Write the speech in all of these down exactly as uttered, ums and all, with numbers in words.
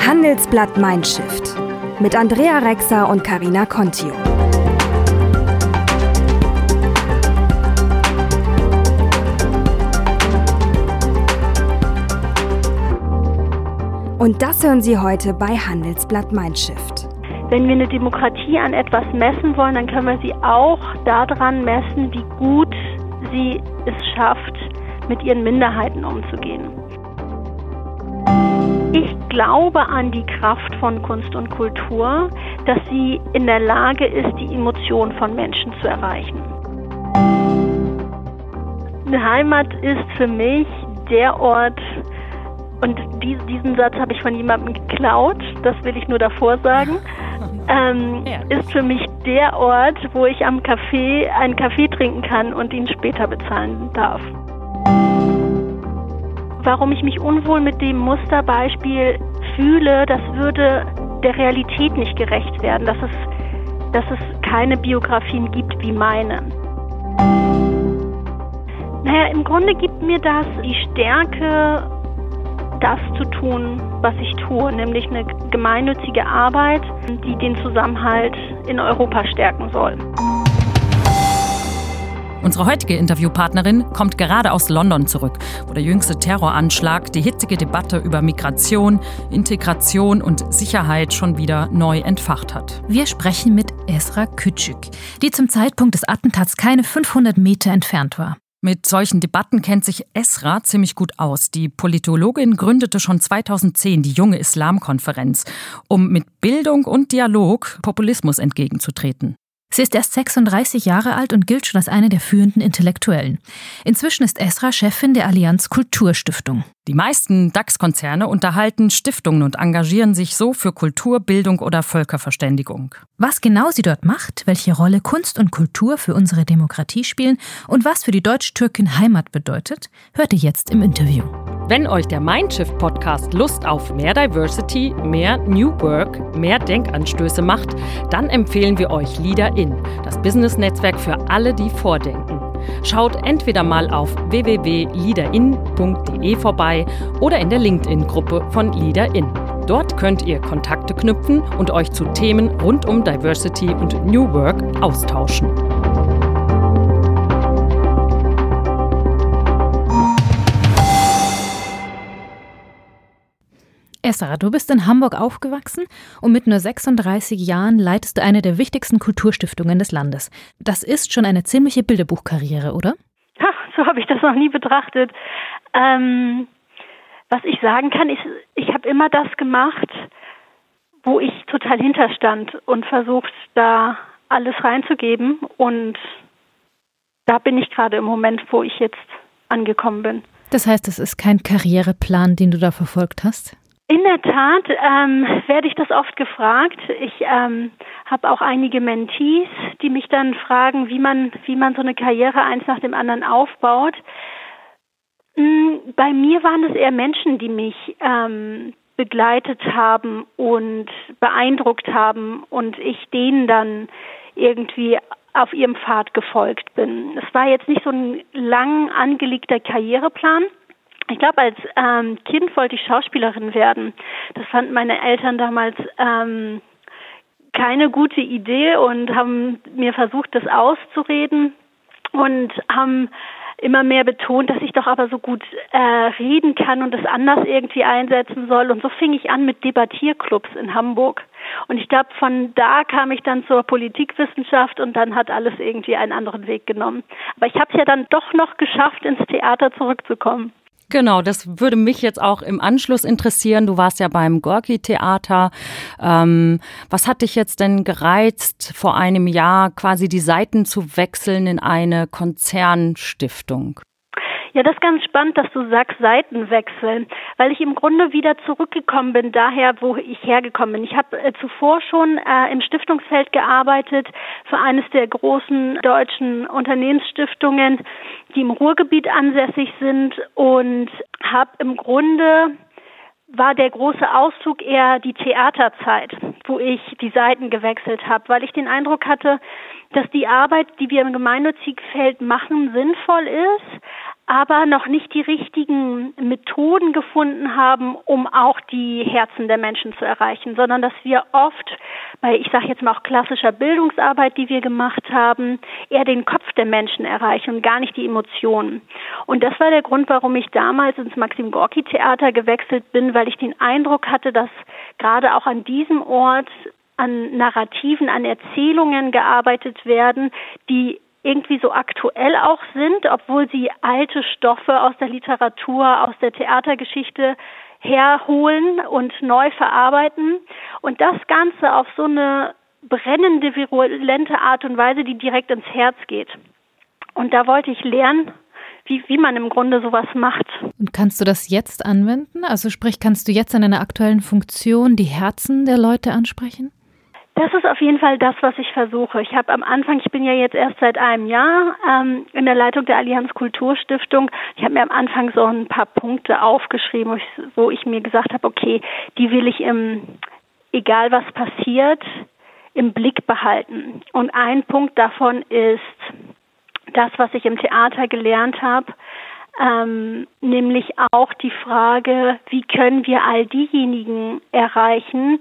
Handelsblatt Mindshift mit Andrea Rexer und Carina Contio. Und das hören Sie heute bei Handelsblatt Mindshift. Wenn wir eine Demokratie an etwas messen wollen, dann können wir sie auch daran messen, wie gut sie es schafft, mit ihren Minderheiten umzugehen. Ich glaube an die Kraft von Kunst und Kultur, dass sie in der Lage ist, die Emotionen von Menschen zu erreichen. Eine Heimat ist für mich der Ort, und diesen Satz habe ich von jemandem geklaut, das will ich nur davor sagen, ähm, ist für mich der Ort, wo ich am Café einen Kaffee trinken kann und ihn später bezahlen darf. Warum ich mich unwohl mit dem Musterbeispiel fühle, das würde der Realität nicht gerecht werden, dass es, dass es keine Biografien gibt wie meine. Naja, im Grunde gibt mir das die Stärke, das zu tun, was ich tue, nämlich eine gemeinnützige Arbeit, die den Zusammenhalt in Europa stärken soll. Unsere heutige Interviewpartnerin kommt gerade aus London zurück, wo der jüngste Terroranschlag die hitzige Debatte über Migration, Integration und Sicherheit schon wieder neu entfacht hat. Wir sprechen mit Esra Küçük, die zum Zeitpunkt des Attentats keine fünfhundert Meter entfernt war. Mit solchen Debatten kennt sich Esra ziemlich gut aus. Die Politologin gründete schon zweitausendzehn die Junge Islam-Konferenz, um mit Bildung und Dialog Populismus entgegenzutreten. Sie ist erst sechsunddreißig Jahre alt und gilt schon als eine der führenden Intellektuellen. Inzwischen ist Esra Chefin der Allianz Kulturstiftung. Die meisten DAX-Konzerne unterhalten Stiftungen und engagieren sich so für Kultur, Bildung oder Völkerverständigung. Was genau sie dort macht, welche Rolle Kunst und Kultur für unsere Demokratie spielen und was für die Deutsch-Türkin Heimat bedeutet, hört ihr jetzt im Interview. Wenn euch der Mindshift-Podcast Lust auf mehr Diversity, mehr New Work, mehr Denkanstöße macht, dann empfehlen wir euch LeaderIn, das Business-Netzwerk für alle, die vordenken. Schaut entweder mal auf w w w punkt leaderin punkt d e vorbei oder in der LinkedIn-Gruppe von LeaderIn. Dort könnt ihr Kontakte knüpfen und euch zu Themen rund um Diversity und New Work austauschen. Esra, du bist in Hamburg aufgewachsen und mit nur sechsunddreißig Jahren leitest du eine der wichtigsten Kulturstiftungen des Landes. Das ist schon eine ziemliche Bilderbuchkarriere, oder? Ach, so habe ich das noch nie betrachtet. Ähm, was ich sagen kann, ist, ich habe immer das gemacht, wo ich total hinterstand und versucht, da alles reinzugeben. Und da bin ich gerade im Moment, wo ich jetzt angekommen bin. Das heißt, es ist kein Karriereplan, den du da verfolgt hast? In der Tat ähm, werde ich das oft gefragt. Ich ähm, habe auch einige Mentees, die mich dann fragen, wie man, wie man so eine Karriere eins nach dem anderen aufbaut. Mhm, bei mir waren es eher Menschen, die mich ähm, begleitet haben und beeindruckt haben und ich denen dann irgendwie auf ihrem Pfad gefolgt bin. Es war jetzt nicht so ein lang angelegter Karriereplan. Ich glaube, als ähm, Kind wollte ich Schauspielerin werden. Das fanden meine Eltern damals ähm, keine gute Idee und haben mir versucht, das auszureden und haben immer mehr betont, dass ich doch aber so gut äh, reden kann und das anders irgendwie einsetzen soll. Und so fing ich an mit Debattierclubs in Hamburg. Und ich glaube, von da kam ich dann zur Politikwissenschaft und dann hat alles irgendwie einen anderen Weg genommen. Aber ich habe es ja dann doch noch geschafft, ins Theater zurückzukommen. Genau, das würde mich jetzt auch im Anschluss interessieren. Du warst ja beim Gorki-Theater. Ähm, was hat dich jetzt denn gereizt, vor einem Jahr quasi die Seiten zu wechseln in eine Konzernstiftung? Ja, das ist ganz spannend, dass du sagst, Seiten wechseln, weil ich im Grunde wieder zurückgekommen bin, daher, wo ich hergekommen bin. Ich habe äh, zuvor schon äh, im Stiftungsfeld gearbeitet für eines der großen deutschen Unternehmensstiftungen, die im Ruhrgebiet ansässig sind und habe im Grunde war der große Auszug eher die Theaterzeit, wo ich die Seiten gewechselt habe, weil ich den Eindruck hatte, dass die Arbeit, die wir im gemeinnützigen Feld machen, sinnvoll ist, aber noch nicht die richtigen Methoden gefunden haben, um auch die Herzen der Menschen zu erreichen, sondern dass wir oft bei, ich sage jetzt mal auch klassischer Bildungsarbeit, die wir gemacht haben, eher den Kopf der Menschen erreichen und gar nicht die Emotionen. Und das war der Grund, warum ich damals ins Maxim Gorki Theater gewechselt bin, weil ich den Eindruck hatte, dass gerade auch an diesem Ort an Narrativen, an Erzählungen gearbeitet werden, die irgendwie so aktuell auch sind, obwohl sie alte Stoffe aus der Literatur, aus der Theatergeschichte herholen und neu verarbeiten. Und das Ganze auf so eine brennende, virulente Art und Weise, die direkt ins Herz geht. Und da wollte ich lernen, wie, wie man im Grunde sowas macht. Und kannst du das jetzt anwenden? Also sprich, kannst du jetzt in einer aktuellen Funktion die Herzen der Leute ansprechen? Das ist auf jeden Fall das, was ich versuche. Ich habe am Anfang, ich bin ja jetzt erst seit einem Jahr ähm, in der Leitung der Allianz Kulturstiftung. Ich habe mir am Anfang so ein paar Punkte aufgeschrieben, wo ich, wo ich mir gesagt habe, okay, die will ich im, egal was passiert, im Blick behalten. Und ein Punkt davon ist das, was ich im Theater gelernt habe, ähm, nämlich auch die Frage, wie können wir all diejenigen erreichen,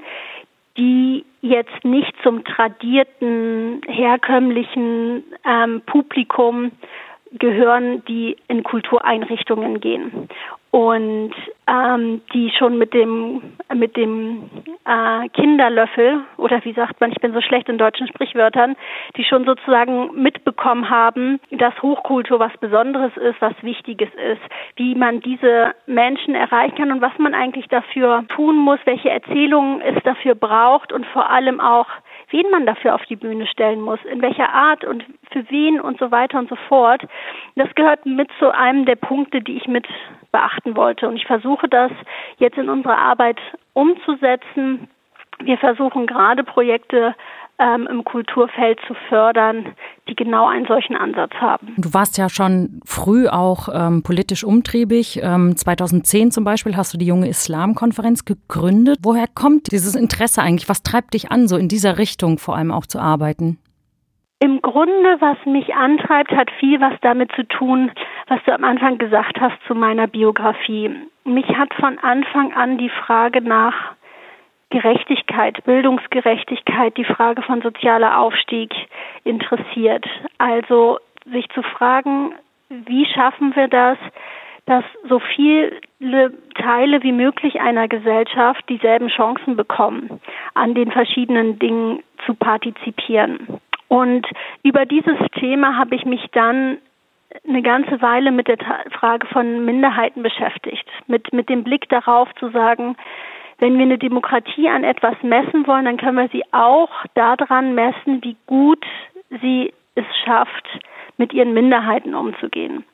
die jetzt nicht zum tradierten, herkömmlichen ähm, Publikum gehören, die in Kultureinrichtungen gehen und ähm, die schon mit dem mit dem äh, Kinderlöffel, oder wie sagt man, ich bin so schlecht in deutschen Sprichwörtern, die schon sozusagen mitbekommen haben, dass Hochkultur was Besonderes ist, was Wichtiges ist, wie man diese Menschen erreichen kann und was man eigentlich dafür tun muss, welche Erzählungen es dafür braucht und vor allem auch, wen man dafür auf die Bühne stellen muss, in welcher Art und für wen und so weiter und so fort. Das gehört mit zu einem der Punkte, die ich mit beachten wollte. Und ich versuche das jetzt in unserer Arbeit umzusetzen. Wir versuchen gerade Projekte ähm, im Kulturfeld zu fördern, die genau einen solchen Ansatz haben. Du warst ja schon früh auch ähm, politisch umtriebig. Ähm, zweitausendzehn zum Beispiel hast du die Junge Islam-Konferenz gegründet. Woher kommt dieses Interesse eigentlich? Was treibt dich an, so in dieser Richtung vor allem auch zu arbeiten? Im Grunde, was mich antreibt, hat viel was damit zu tun, was du am Anfang gesagt hast zu meiner Biografie. Mich hat von Anfang an die Frage nach Gerechtigkeit, Bildungsgerechtigkeit, die Frage von sozialer Aufstieg interessiert. Also sich zu fragen, wie schaffen wir das, dass so viele Teile wie möglich einer Gesellschaft dieselben Chancen bekommen, an den verschiedenen Dingen zu partizipieren. Und über dieses Thema habe ich mich dann eine ganze Weile mit der Frage von Minderheiten beschäftigt, mit, mit dem Blick darauf zu sagen, wenn wir eine Demokratie an etwas messen wollen, dann können wir sie auch daran messen, wie gut sie es schafft, mit ihren Minderheiten umzugehen.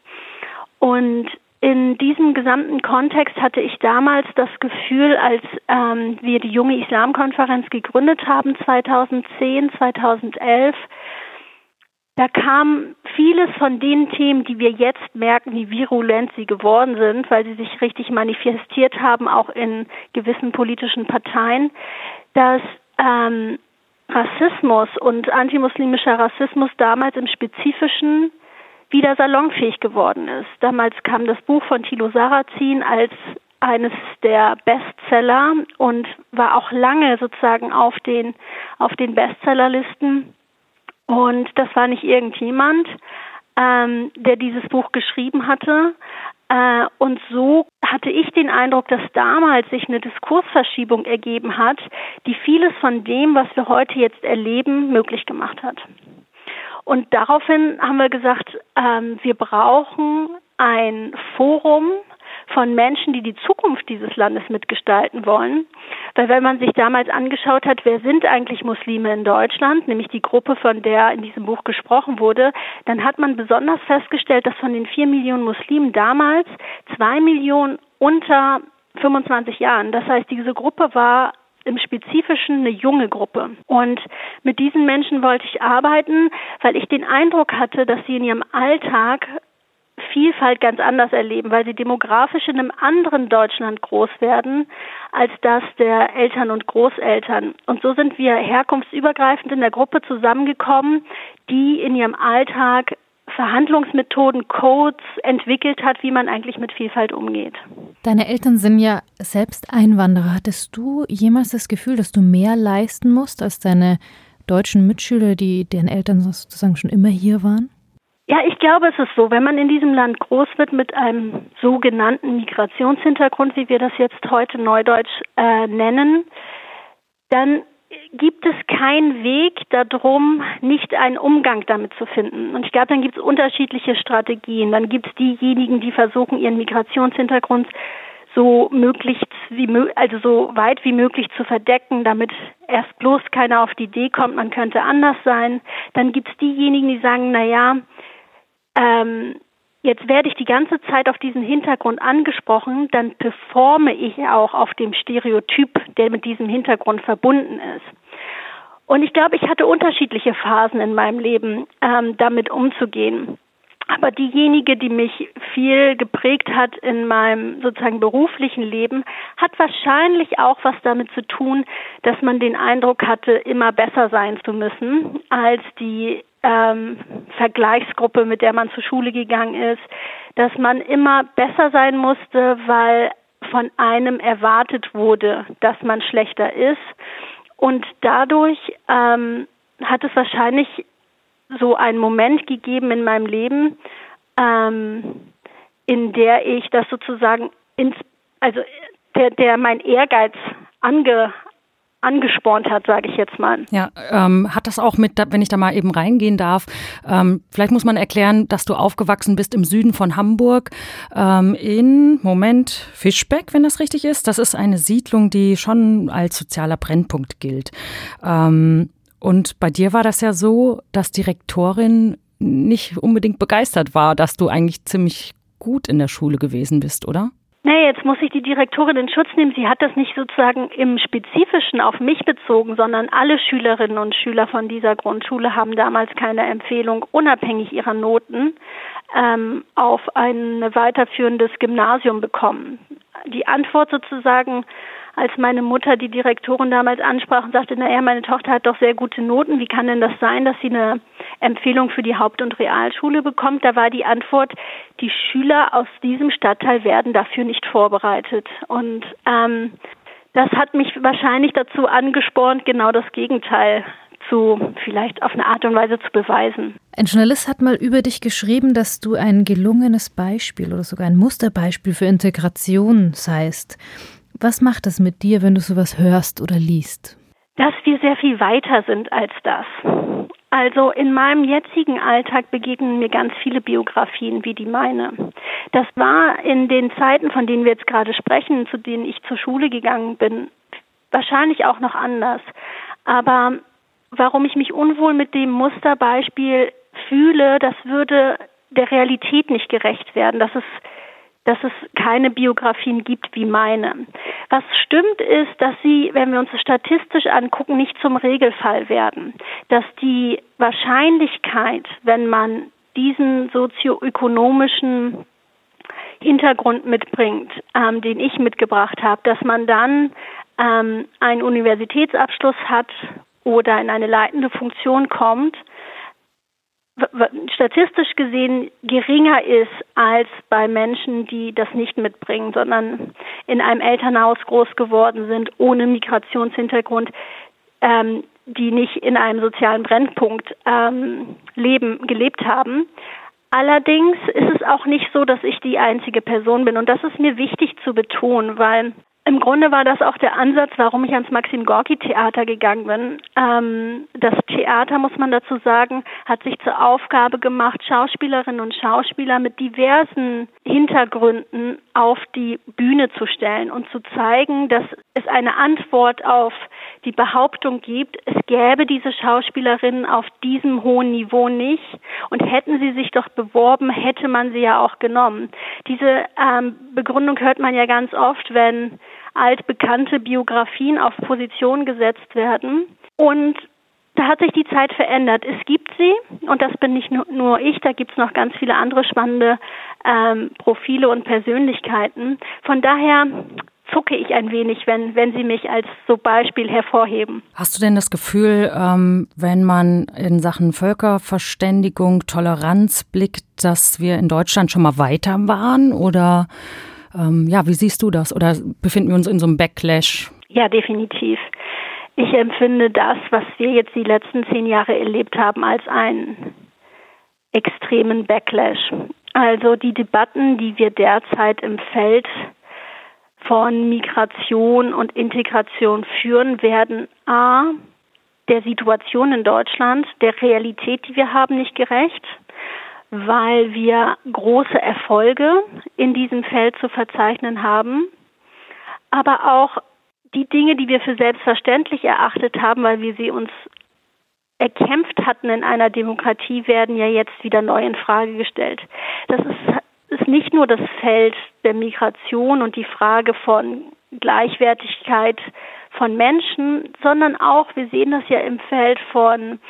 Und in diesem gesamten Kontext hatte ich damals das Gefühl, als ähm, wir die Junge Islam-Konferenz gegründet haben, zweitausendzehn, zweitausendelf, da kam vieles von den Themen, die wir jetzt merken, wie virulent sie geworden sind, weil sie sich richtig manifestiert haben, auch in gewissen politischen Parteien, dass ähm, Rassismus und antimuslimischer Rassismus damals im Spezifischen wieder salonfähig geworden ist. Damals kam das Buch von Thilo Sarrazin als eines der Bestseller und war auch lange sozusagen auf den, auf den Bestsellerlisten. Und das war nicht irgendjemand, ähm, der dieses Buch geschrieben hatte. Äh, und so hatte ich den Eindruck, dass damals sich eine Diskursverschiebung ergeben hat, die vieles von dem, was wir heute jetzt erleben, möglich gemacht hat. Und daraufhin haben wir gesagt, ähm, wir brauchen ein Forum von Menschen, die die Zukunft dieses Landes mitgestalten wollen. Weil wenn man sich damals angeschaut hat, wer sind eigentlich Muslime in Deutschland, nämlich die Gruppe, von der in diesem Buch gesprochen wurde, dann hat man besonders festgestellt, dass von den vier Millionen Muslimen damals zwei Millionen unter fünfundzwanzig Jahren. Das heißt, diese Gruppe war im Spezifischen eine junge Gruppe. Und mit diesen Menschen wollte ich arbeiten, weil ich den Eindruck hatte, dass sie in ihrem Alltag Vielfalt ganz anders erleben, weil sie demografisch in einem anderen Deutschland groß werden als das der Eltern und Großeltern. Und so sind wir herkunftsübergreifend in der Gruppe zusammengekommen, die in ihrem Alltag Verhandlungsmethoden, Codes entwickelt hat, wie man eigentlich mit Vielfalt umgeht. Deine Eltern sind ja selbst Einwanderer. Hattest du jemals das Gefühl, dass du mehr leisten musst als deine deutschen Mitschüler, die deren Eltern sozusagen schon immer hier waren? Ja, ich glaube, es ist so, wenn man in diesem Land groß wird mit einem sogenannten Migrationshintergrund, wie wir das jetzt heute neudeutsch äh, nennen, dann gibt es keinen Weg darum, nicht einen Umgang damit zu finden. Und ich glaube, dann gibt es unterschiedliche Strategien. Dann gibt es diejenigen, die versuchen, ihren Migrationshintergrund so möglichst wie also so weit wie möglich zu verdecken, damit erst bloß keiner auf die Idee kommt, man könnte anders sein. Dann gibt es diejenigen, die sagen, na ja, ähm, jetzt werde ich die ganze Zeit auf diesen Hintergrund angesprochen, dann performe ich auch auf dem Stereotyp, der mit diesem Hintergrund verbunden ist. Und ich glaube, ich hatte unterschiedliche Phasen in meinem Leben, ähm, damit umzugehen. Aber diejenige, die mich viel geprägt hat in meinem sozusagen beruflichen Leben, hat wahrscheinlich auch was damit zu tun, dass man den Eindruck hatte, immer besser sein zu müssen als die ähm, Vergleichsgruppe, mit der man zur Schule gegangen ist, dass man immer besser sein musste, weil von einem erwartet wurde, dass man schlechter ist. Und dadurch ähm, hat es wahrscheinlich so einen Moment gegeben in meinem Leben, ähm, in der ich das sozusagen, ins, also der, der mein Ehrgeiz ange, angespornt hat, sage ich jetzt mal. Ja, ähm, hat das auch mit, wenn ich da mal eben reingehen darf, ähm, vielleicht muss man erklären, dass du aufgewachsen bist im Süden von Hamburg, ähm, in, Moment, Fischbeck, wenn das richtig ist. Das ist eine Siedlung, die schon als sozialer Brennpunkt gilt. Ähm, Und bei dir war das ja so, dass die Rektorin nicht unbedingt begeistert war, dass du eigentlich ziemlich gut in der Schule gewesen bist, oder? Nee, jetzt muss ich die Direktorin in Schutz nehmen. Sie hat das nicht sozusagen im Spezifischen auf mich bezogen, sondern alle Schülerinnen und Schüler von dieser Grundschule haben damals keine Empfehlung, unabhängig ihrer Noten, ähm, auf ein weiterführendes Gymnasium bekommen. Die Antwort sozusagen, als meine Mutter die Direktorin damals ansprach und sagte, naja, meine Tochter hat doch sehr gute Noten, wie kann denn das sein, dass sie eine Empfehlung für die Haupt- und Realschule bekommt? Da war die Antwort, die Schüler aus diesem Stadtteil werden dafür nicht vorbereitet. Und ähm, das hat mich wahrscheinlich dazu angespornt, genau das Gegenteil zu, vielleicht auf eine Art und Weise zu beweisen. Ein Journalist hat mal über dich geschrieben, dass du ein gelungenes Beispiel oder sogar ein Musterbeispiel für Integration seist. Was macht das mit dir, wenn du sowas hörst oder liest? Dass wir sehr viel weiter sind als das. Also in meinem jetzigen Alltag begegnen mir ganz viele Biografien wie die meine. Das war in den Zeiten, von denen wir jetzt gerade sprechen, zu denen ich zur Schule gegangen bin, wahrscheinlich auch noch anders. Aber warum ich mich unwohl mit dem Musterbeispiel fühle, das würde der Realität nicht gerecht werden. Das ist dass es keine Biografien gibt wie meine. Was stimmt ist, dass sie, wenn wir uns das statistisch angucken, nicht zum Regelfall werden. Dass die Wahrscheinlichkeit, wenn man diesen sozioökonomischen Hintergrund mitbringt, ähm, den ich mitgebracht habe, dass man dann ähm, einen Universitätsabschluss hat oder in eine leitende Funktion kommt, statistisch gesehen geringer ist als bei Menschen, die das nicht mitbringen, sondern in einem Elternhaus groß geworden sind, ohne Migrationshintergrund, ähm, die nicht in einem sozialen Brennpunkt ähm, leben, gelebt haben. Allerdings ist es auch nicht so, dass ich die einzige Person bin. Und das ist mir wichtig zu betonen, weil im Grunde war das auch der Ansatz, warum ich ans Maxim-Gorki-Theater gegangen bin. Ähm, das Theater, muss man dazu sagen, hat sich zur Aufgabe gemacht, Schauspielerinnen und Schauspieler mit diversen Hintergründen auf die Bühne zu stellen und zu zeigen, dass es eine Antwort auf die Behauptung gibt, es gäbe diese Schauspielerinnen auf diesem hohen Niveau nicht und hätten sie sich doch beworben, hätte man sie ja auch genommen. Diese ähm, Begründung hört man ja ganz oft, wenn altbekannte Biografien auf Position gesetzt werden. Und da hat sich die Zeit verändert. Es gibt sie, und das bin nicht nur ich, da gibt es noch ganz viele andere spannende ähm, Profile und Persönlichkeiten. Von daher zucke ich ein wenig, wenn, wenn Sie mich als so Beispiel hervorheben. Hast du denn das Gefühl, ähm, wenn man in Sachen Völkerverständigung, Toleranz blickt, dass wir in Deutschland schon mal weiter waren? Oder ähm, ja, wie siehst du das? Oder befinden wir uns in so einem Backlash? Ja, definitiv. Ich empfinde das, was wir jetzt die letzten zehn Jahre erlebt haben, als einen extremen Backlash. Also die Debatten, die wir derzeit im Feld von Migration und Integration führen, werden a. der Situation in Deutschland, der Realität, die wir haben, nicht gerecht, weil wir große Erfolge in diesem Feld zu verzeichnen haben, aber auch die Dinge, die wir für selbstverständlich erachtet haben, weil wir sie uns erkämpft hatten in einer Demokratie, werden ja jetzt wieder neu in Frage gestellt. Das ist, ist nicht nur das Feld der Migration und die Frage von Gleichwertigkeit von Menschen, sondern auch, wir sehen das ja im Feld von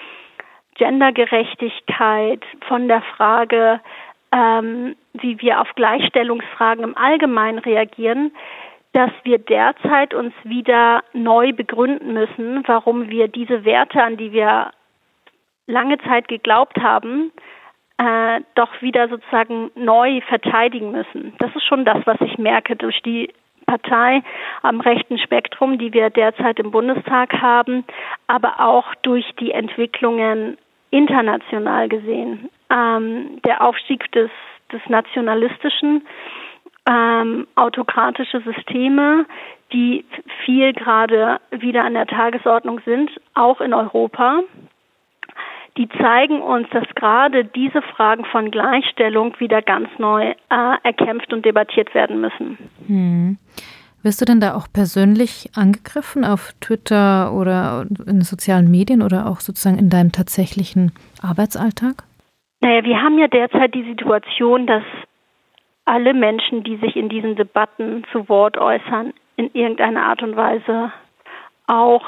Gendergerechtigkeit, von der Frage, ähm, wie wir auf Gleichstellungsfragen im Allgemeinen reagieren, dass wir derzeit uns wieder neu begründen müssen, warum wir diese Werte, an die wir lange Zeit geglaubt haben, äh, doch wieder sozusagen neu verteidigen müssen. Das ist schon das, was ich merke durch die Partei am rechten Spektrum, die wir derzeit im Bundestag haben, aber auch durch die Entwicklungen international gesehen. Ähm, der Aufstieg des, des Nationalistischen, ähm, autokratische Systeme, die viel gerade wieder an der Tagesordnung sind, auch in Europa, die zeigen uns, dass gerade diese Fragen von Gleichstellung wieder ganz neu äh, erkämpft und debattiert werden müssen. Hm. Wirst du denn da auch persönlich angegriffen auf Twitter oder in sozialen Medien oder auch sozusagen in deinem tatsächlichen Arbeitsalltag? Naja, wir haben ja derzeit die Situation, dass alle Menschen, die sich in diesen Debatten zu Wort äußern, in irgendeiner Art und Weise auch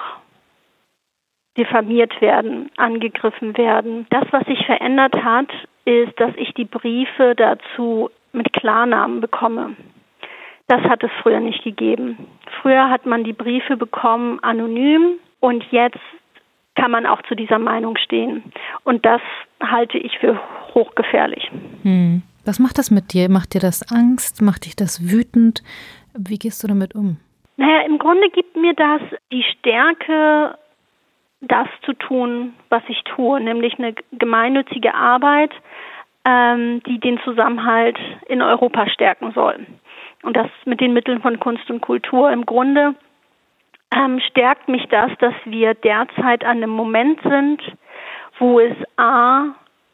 diffamiert werden, angegriffen werden. Das, was sich verändert hat, ist, dass ich die Briefe dazu mit Klarnamen bekomme. Das hat es früher nicht gegeben. Früher hat man die Briefe bekommen anonym und jetzt kann man auch zu dieser Meinung stehen. Und das halte ich für hochgefährlich. Hm. Was macht das mit dir? Macht dir das Angst? Macht dich das wütend? Wie gehst du damit um? Naja, im Grunde gibt mir das die Stärke, das zu tun, was ich tue, nämlich eine gemeinnützige Arbeit, ähm, die den Zusammenhalt in Europa stärken soll. Und das mit den Mitteln von Kunst und Kultur. Im Grunde ähm, stärkt mich das, dass wir derzeit an einem Moment sind, wo es a.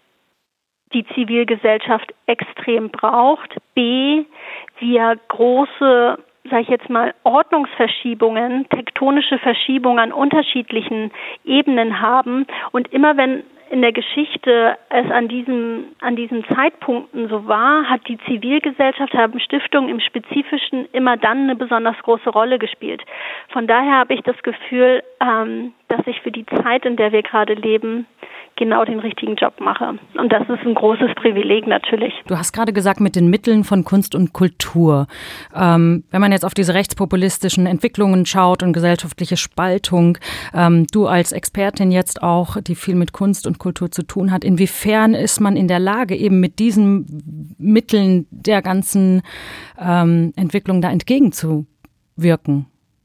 die Zivilgesellschaft extrem braucht, b. wir große, sage ich jetzt mal, Ordnungsverschiebungen, tektonische Verschiebungen an unterschiedlichen Ebenen haben. Und immer wenn in der Geschichte es an diesem, an diesen Zeitpunkten so war, hat die Zivilgesellschaft, haben Stiftungen im Spezifischen immer dann eine besonders große Rolle gespielt. Von daher habe ich das Gefühl, ähm, dass ich für die Zeit, in der wir gerade leben, genau den richtigen Job mache. Und das ist ein großes Privileg natürlich. Du hast gerade gesagt, mit den Mitteln von Kunst und Kultur. Ähm, wenn man jetzt auf diese rechtspopulistischen Entwicklungen schaut und gesellschaftliche Spaltung, ähm, du als Expertin jetzt auch, die viel mit Kunst und Kultur zu tun hat, inwiefern ist man in der Lage, eben mit diesen Mitteln der ganzen ähm, Entwicklung da entgegenzuwirken?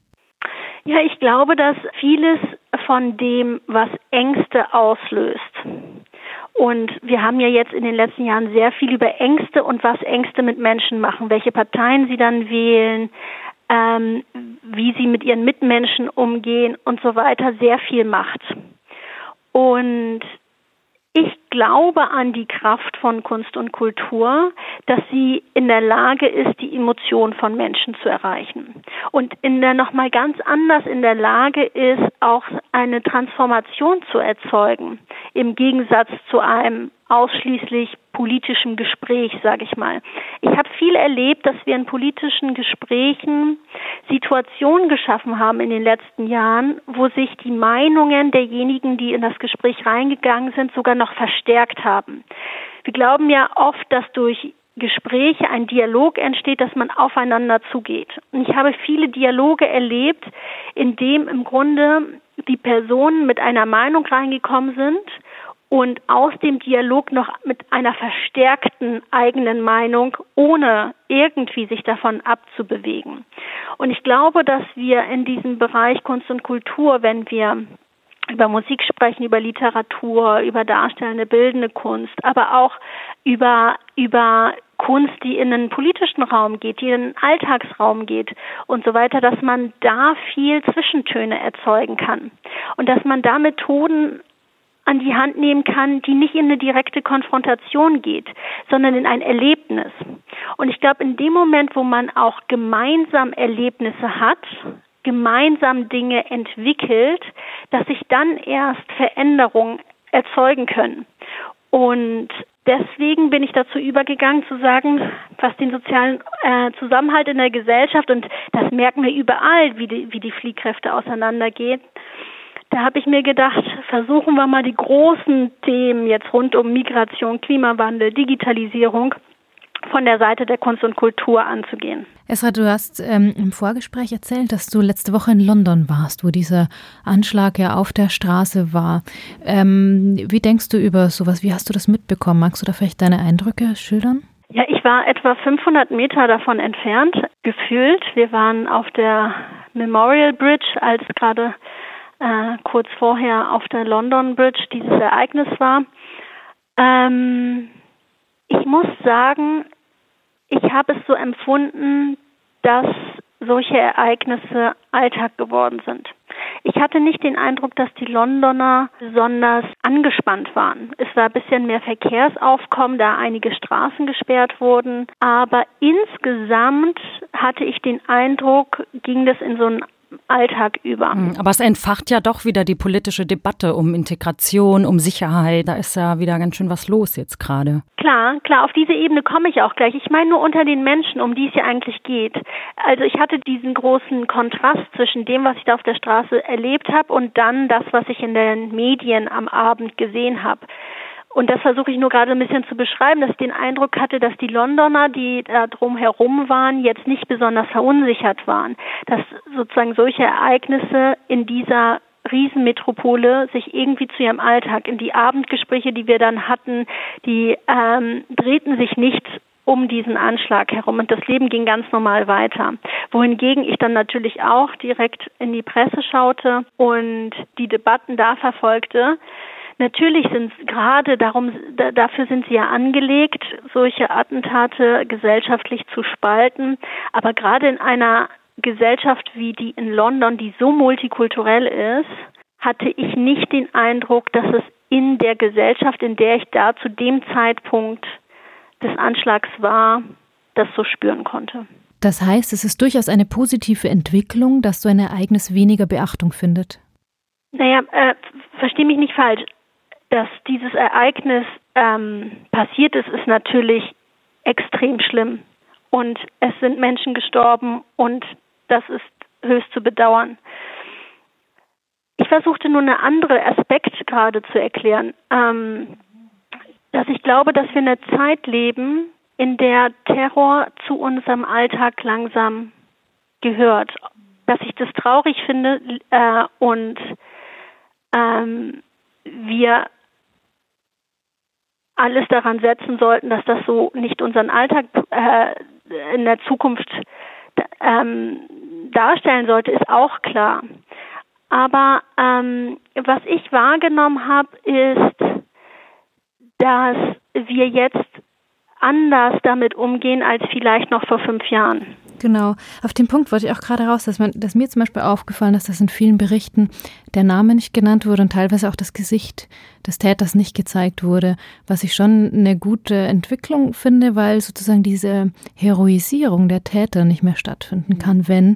Ja, ich glaube, dass vieles von dem, was Ängste auslöst. Und wir haben ja jetzt in den letzten Jahren sehr viel über Ängste und was Ängste mit Menschen machen, welche Parteien sie dann wählen, ähm, wie sie mit ihren Mitmenschen umgehen und so weiter, sehr viel macht. Und ich glaube an die Kraft von Kunst und Kultur, dass sie in der Lage ist, die Emotion von Menschen zu erreichen. Und in der nochmal ganz anders in der Lage ist, auch eine Transformation zu erzeugen. Im Gegensatz zu einem ausschließlich politischen Gespräch, sage ich mal. Ich habe viel erlebt, dass wir in politischen Gesprächen Situationen geschaffen haben in den letzten Jahren, wo sich die Meinungen derjenigen, die in das Gespräch reingegangen sind, sogar noch verstärkt haben. Wir glauben ja oft, dass durch Gespräche, ein Dialog entsteht, dass man aufeinander zugeht. Und ich habe viele Dialoge erlebt, in dem im Grunde die Personen mit einer Meinung reingekommen sind und aus dem Dialog noch mit einer verstärkten eigenen Meinung, ohne irgendwie sich davon abzubewegen. Und ich glaube, dass wir in diesem Bereich Kunst und Kultur, wenn wir über Musik sprechen, über Literatur, über darstellende, bildende Kunst, aber auch über, über Kunst, die in einen politischen Raum geht, die in einen Alltagsraum geht und so weiter, dass man da viel Zwischentöne erzeugen kann und dass man da Methoden an die Hand nehmen kann, die nicht in eine direkte Konfrontation geht, sondern in ein Erlebnis. Und ich glaube, in dem Moment, wo man auch gemeinsam Erlebnisse hat, gemeinsam Dinge entwickelt, dass sich dann erst Veränderungen erzeugen können. Und deswegen bin ich dazu übergegangen zu sagen, was den sozialen äh, Zusammenhalt in der Gesellschaft, und das merken wir überall, wie die, wie die Fliehkräfte auseinandergehen. Da habe ich mir gedacht, versuchen wir mal die großen Themen jetzt rund um Migration, Klimawandel, Digitalisierung von der Seite der Kunst und Kultur anzugehen. Esra, du hast ähm, im Vorgespräch erzählt, dass du letzte Woche in London warst, wo dieser Anschlag ja auf der Straße war. Ähm, wie denkst du über sowas? Wie hast du das mitbekommen? Magst du da vielleicht deine Eindrücke schildern? Ja, ich war etwa fünfhundert Meter davon entfernt, gefühlt. Wir waren auf der Memorial Bridge, als gerade äh, kurz vorher auf der London Bridge dieses Ereignis war. Ähm, ich muss sagen, ich habe es so empfunden, dass solche Ereignisse Alltag geworden sind. Ich hatte nicht den Eindruck, dass die Londoner besonders angespannt waren. Es war ein bisschen mehr Verkehrsaufkommen, da einige Straßen gesperrt wurden. Aber insgesamt hatte ich den Eindruck, ging das in so einen Alltag über. Aber es entfacht ja doch wieder die politische Debatte um Integration, um Sicherheit. Da ist ja wieder ganz schön was los jetzt gerade. Klar, klar, auf diese Ebene komme ich auch gleich. Ich meine nur unter den Menschen, um die es ja eigentlich geht. Also ich hatte diesen großen Kontrast zwischen dem, was ich da auf der Straße erlebt habe, und dann das, was ich in den Medien am Abend gesehen habe. Und das versuche ich nur gerade ein bisschen zu beschreiben, dass ich den Eindruck hatte, dass die Londoner, die da drumherum waren, jetzt nicht besonders verunsichert waren. Dass sozusagen solche Ereignisse in dieser Riesenmetropole sich irgendwie zu ihrem Alltag, in die Abendgespräche, die wir dann hatten, die ähm, drehten sich nicht um diesen Anschlag herum, und das Leben ging ganz normal weiter. Wohingegen ich dann natürlich auch direkt in die Presse schaute und die Debatten da verfolgte. Natürlich sind gerade darum, da, dafür sind sie ja angelegt, solche Attentate gesellschaftlich zu spalten. Aber gerade in einer Gesellschaft wie die in London, die so multikulturell ist, hatte ich nicht den Eindruck, dass es in der Gesellschaft, in der ich da zu dem Zeitpunkt des Anschlags war, das so spüren konnte. Das heißt, es ist durchaus eine positive Entwicklung, dass so ein Ereignis weniger Beachtung findet? Naja, äh, versteh mich nicht falsch. Dass dieses Ereignis ähm, passiert ist, ist natürlich extrem schlimm. Und es sind Menschen gestorben, und das ist höchst zu bedauern. Ich versuchte nur einen anderen Aspekt gerade zu erklären, ähm, dass ich glaube, dass wir in einer Zeit leben, in der Terror zu unserem Alltag langsam gehört. Dass ich das traurig finde äh, und ähm, wir alles daran setzen sollten, dass das so nicht unseren Alltag äh, in der Zukunft ähm, darstellen sollte, ist auch klar. Aber ähm, was ich wahrgenommen habe, ist, dass wir jetzt anders damit umgehen als vielleicht noch vor fünf Jahren. Genau, auf den Punkt wollte ich auch gerade raus, dass, man, dass mir zum Beispiel aufgefallen ist, dass in vielen Berichten der Name nicht genannt wurde und teilweise auch das Gesicht des Täters nicht gezeigt wurde, was ich schon eine gute Entwicklung finde, weil sozusagen diese Heroisierung der Täter nicht mehr stattfinden kann, wenn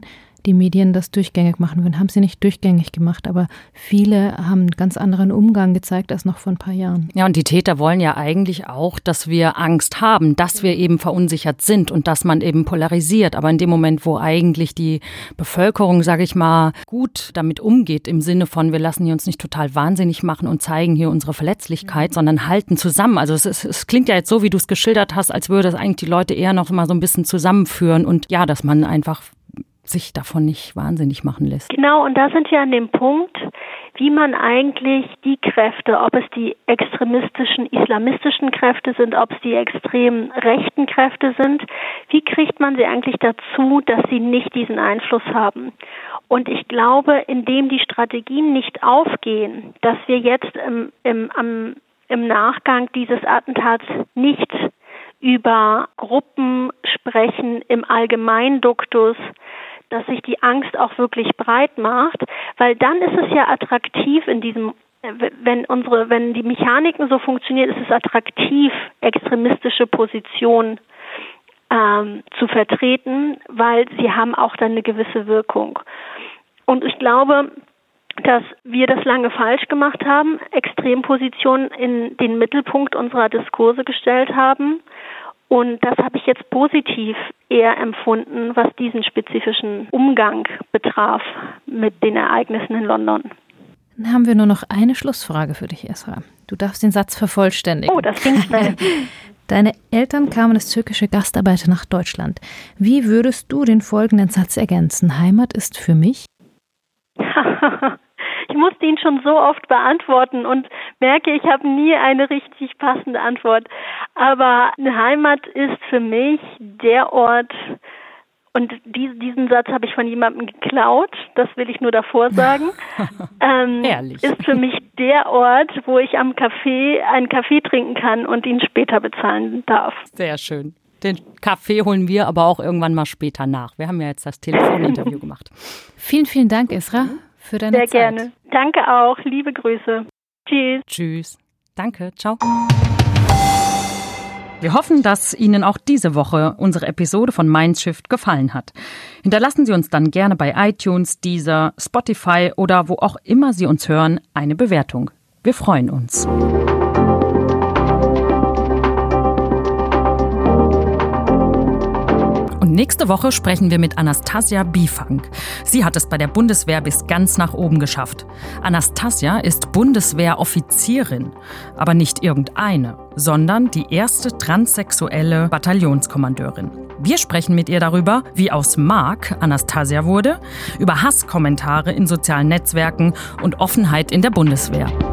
die Medien das durchgängig machen würden. Haben sie nicht durchgängig gemacht, aber viele haben einen ganz anderen Umgang gezeigt als noch vor ein paar Jahren. Ja, und die Täter wollen ja eigentlich auch, dass wir Angst haben, dass wir eben verunsichert sind und dass man eben polarisiert. Aber in dem Moment, wo eigentlich die Bevölkerung, sage ich mal, gut damit umgeht, im Sinne von, wir lassen hier uns nicht total wahnsinnig machen und zeigen hier unsere Verletzlichkeit, mhm. sondern halten zusammen. Also es, ist, es klingt ja jetzt so, wie du es geschildert hast, als würde das eigentlich die Leute eher noch mal so ein bisschen zusammenführen und ja, dass man einfach sich davon nicht wahnsinnig machen lässt. Genau, und da sind wir an dem Punkt, wie man eigentlich die Kräfte, ob es die extremistischen, islamistischen Kräfte sind, ob es die extrem rechten Kräfte sind, wie kriegt man sie eigentlich dazu, dass sie nicht diesen Einfluss haben? Und ich glaube, indem die Strategien nicht aufgehen, dass wir jetzt im, im, am, im Nachgang dieses Attentats nicht über Gruppen sprechen im Allgemeinduktus, dass sich die Angst auch wirklich breit macht, weil dann ist es ja attraktiv in diesem, wenn unsere, wenn die Mechaniken so funktionieren, ist es attraktiv, extremistische Positionen ähm, zu vertreten, weil sie haben auch dann eine gewisse Wirkung. Und ich glaube, dass wir das lange falsch gemacht haben, Extrempositionen in den Mittelpunkt unserer Diskurse gestellt haben. Und das habe ich jetzt positiv eher empfunden, was diesen spezifischen Umgang betraf mit den Ereignissen in London. Dann haben wir nur noch eine Schlussfrage für dich, Esra. Du darfst den Satz vervollständigen. Oh, das ging schnell. Deine Eltern kamen als türkische Gastarbeiter nach Deutschland. Wie würdest du den folgenden Satz ergänzen? Heimat ist für mich? Ich musste ihn schon so oft beantworten und merke, ich habe nie eine richtig passende Antwort. Aber eine Heimat ist für mich der Ort, und diesen Satz habe ich von jemandem geklaut, das will ich nur davor sagen, ähm, Ehrlich. ist für mich der Ort, wo ich am Café einen Kaffee trinken kann und ihn später bezahlen darf. Sehr schön. Den Kaffee holen wir aber auch irgendwann mal später nach. Wir haben ja jetzt das Telefoninterview gemacht. Vielen, vielen Dank, Esra, für deine Sehr Zeit. Sehr gerne. Danke auch. Liebe Grüße. Tschüss. Tschüss. Danke. Ciao. Wir hoffen, dass Ihnen auch diese Woche unsere Episode von Mindshift gefallen hat. Hinterlassen Sie uns dann gerne bei iTunes, Deezer, Spotify oder wo auch immer Sie uns hören, eine Bewertung. Wir freuen uns. Und nächste Woche sprechen wir mit Anastasia Bifang. Sie hat es bei der Bundeswehr bis ganz nach oben geschafft. Anastasia ist Bundeswehroffizierin, aber nicht irgendeine, sondern die erste transsexuelle Bataillonskommandeurin. Wir sprechen mit ihr darüber, wie aus Mark Anastasia wurde, über Hasskommentare in sozialen Netzwerken und Offenheit in der Bundeswehr.